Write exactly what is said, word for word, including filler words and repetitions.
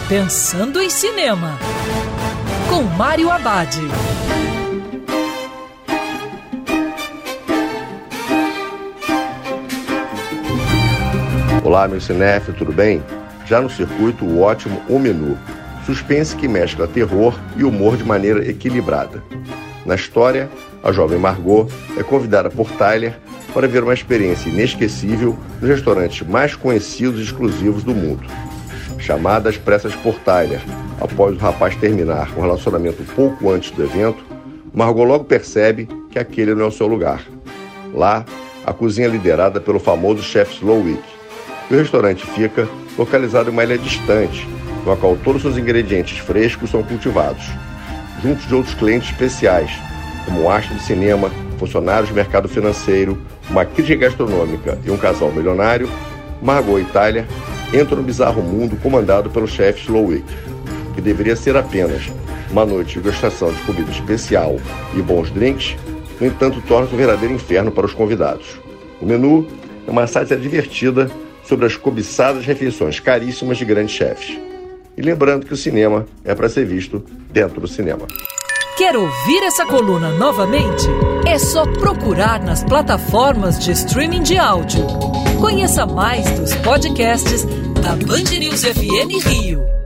Pensando em Cinema, com Mário Abad. Olá, meu cinéfilo, tudo bem? Já no circuito, o ótimo O Menu, suspense que mescla terror e humor de maneira equilibrada. Na história, a jovem Margot é convidada por Tyler para ver uma experiência inesquecível nos restaurantes mais conhecidos e exclusivos do mundo. Chamada às pressas por Tyler, após o rapaz terminar um relacionamento pouco antes do evento, Margot logo percebe que aquele não é o seu lugar. Lá, a cozinha é liderada pelo famoso chefe Slowick, e o restaurante fica localizado em uma ilha distante, no qual todos os seus ingredientes frescos são cultivados, junto de outros clientes especiais, como um astro de cinema, funcionários do mercado financeiro, uma crítica gastronômica e um casal milionário. Margot e Tyler entram no bizarro mundo comandado pelo chefe Slowick, que deveria ser apenas uma noite de degustação de comida especial e bons drinks, no entanto torna-se um verdadeiro inferno para os convidados. O menu é uma sátira divertida sobre as cobiçadas refeições caríssimas de grandes chefes. E lembrando que o cinema é para ser visto dentro do cinema. Quer ouvir essa coluna novamente? É só procurar nas plataformas de streaming de áudio. Conheça mais dos podcasts da Band News F M Rio.